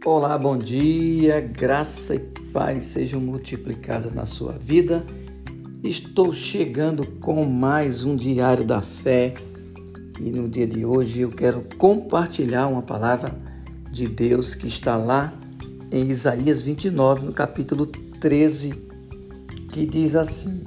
Olá, bom dia, graça e paz sejam multiplicadas na sua vida. Estou chegando com mais um Diário da Fé e no dia de hoje eu quero compartilhar uma palavra de Deus que está lá em Isaías 29, no capítulo 13, que diz assim: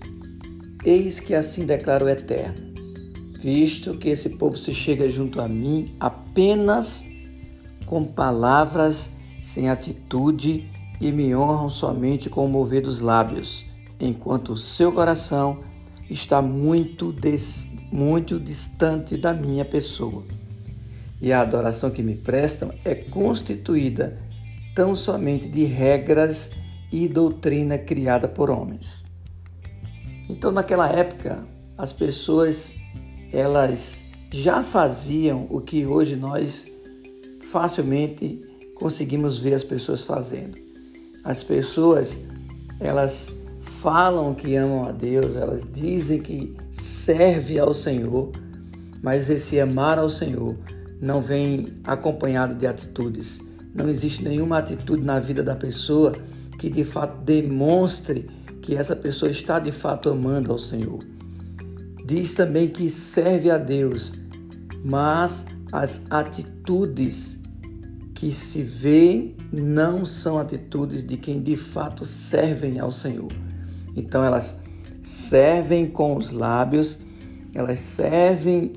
Eis que assim declara o Eterno, visto que esse povo se chega junto a mim apenas com palavras sem atitude e me honram somente com o mover dos lábios, enquanto o seu coração está muito distante da minha pessoa. E a adoração que me prestam é constituída tão somente de regras e doutrina criada por homens. Então, naquela época, as pessoas elas já faziam o que hoje nós facilmente conseguimos ver as pessoas fazendo. As pessoas, elas falam que amam a Deus, elas dizem que servem ao Senhor, mas esse amar ao Senhor não vem acompanhado de atitudes. Não existe nenhuma atitude na vida da pessoa que de fato demonstre que essa pessoa está de fato amando ao Senhor. Diz também que serve a Deus, mas as atitudes que se veem não são atitudes de quem de fato servem ao Senhor. Então elas servem com os lábios, elas servem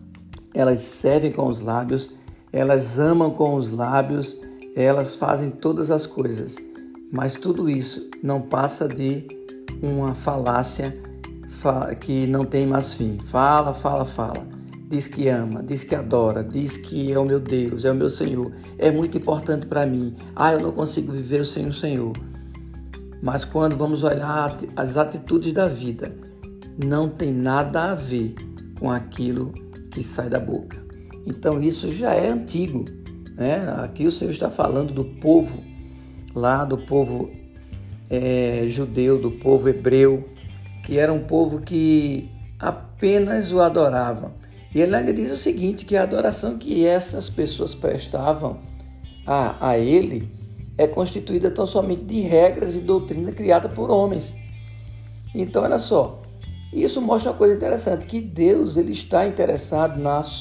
com os lábios, elas amam com os lábios, elas fazem todas as coisas, mas tudo isso não passa de uma falácia que não tem mais fim. Fala. Diz que ama, diz que adora, diz que é o meu Deus, é o meu Senhor. É muito importante para mim. Eu não consigo viver sem o Senhor. Mas quando vamos olhar as atitudes da vida, não tem nada a ver com aquilo que sai da boca. Então isso já é antigo, né? Aqui o Senhor está falando do povo, lá do povo judeu, do povo hebreu, que era um povo que apenas o adorava. E ele ainda diz o seguinte, que a adoração que essas pessoas prestavam a ele é constituída tão somente de regras e doutrina criada por homens. Então, olha só, isso mostra uma coisa interessante, que Deus ele está interessado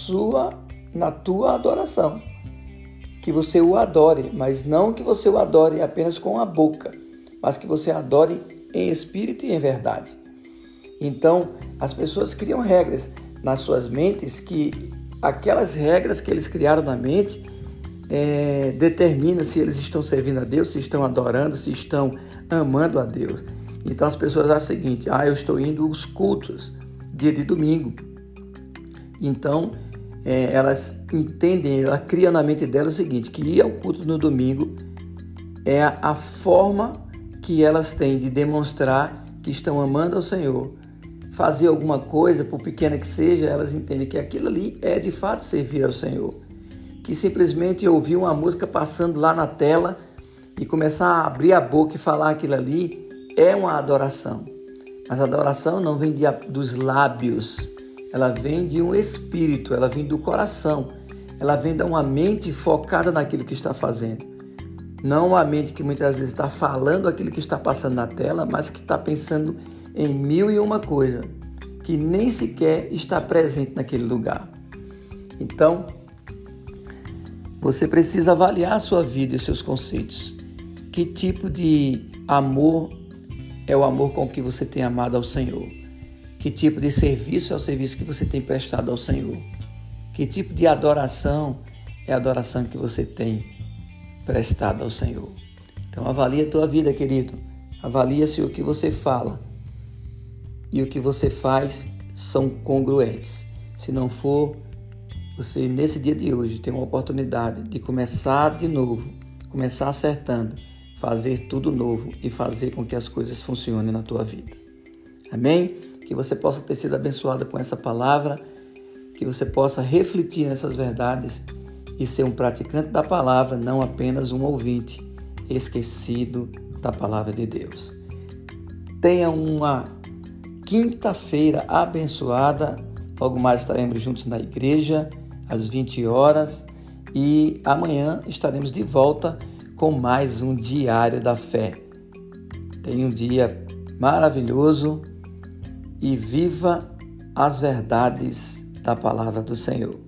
na tua adoração, que você o adore, mas não que você o adore apenas com a boca, mas que você adore em espírito e em verdade. Então, as pessoas criam regras nas suas mentes, que aquelas regras que eles criaram na mente determinam se eles estão servindo a Deus, se estão adorando, se estão amando a Deus. Então as pessoas acham o seguinte: eu estou indo aos cultos dia de domingo. Então elas entendem, ela cria na mente dela o seguinte, que ir ao culto no domingo é a forma que elas têm de demonstrar que estão amando ao Senhor. Fazer alguma coisa, por pequena que seja, elas entendem que aquilo ali é de fato servir ao Senhor. Que simplesmente ouvir uma música passando lá na tela e começar a abrir a boca e falar aquilo ali é uma adoração. Mas a adoração não vem dos lábios, ela vem de um espírito, ela vem do coração, ela vem de uma mente focada naquilo que está fazendo. Não uma mente que muitas vezes está falando aquilo que está passando na tela, mas que está pensando em mil e uma coisa, que nem sequer está presente naquele lugar. Então, você precisa avaliar a sua vida e os seus conceitos. Que tipo de amor é o amor com que você tem amado ao Senhor? Que tipo de serviço é o serviço que você tem prestado ao Senhor? Que tipo de adoração é a adoração que você tem prestado ao Senhor? Então, avalie a tua vida, querido. Avalie se o que você fala e o que você faz são congruentes. Se não for, você nesse dia de hoje tem uma oportunidade de começar de novo, começar acertando, fazer tudo novo e fazer com que as coisas funcionem na tua vida. Amém? Que você possa ter sido abençoado com essa palavra, que você possa refletir nessas verdades e ser um praticante da palavra, não apenas um ouvinte esquecido da palavra de Deus. Tenha uma quinta-feira abençoada. Logo mais estaremos juntos na igreja, às 20 horas. e amanhã estaremos de volta com mais um Diário da Fé. Tenha um dia maravilhoso e viva as verdades da palavra do Senhor.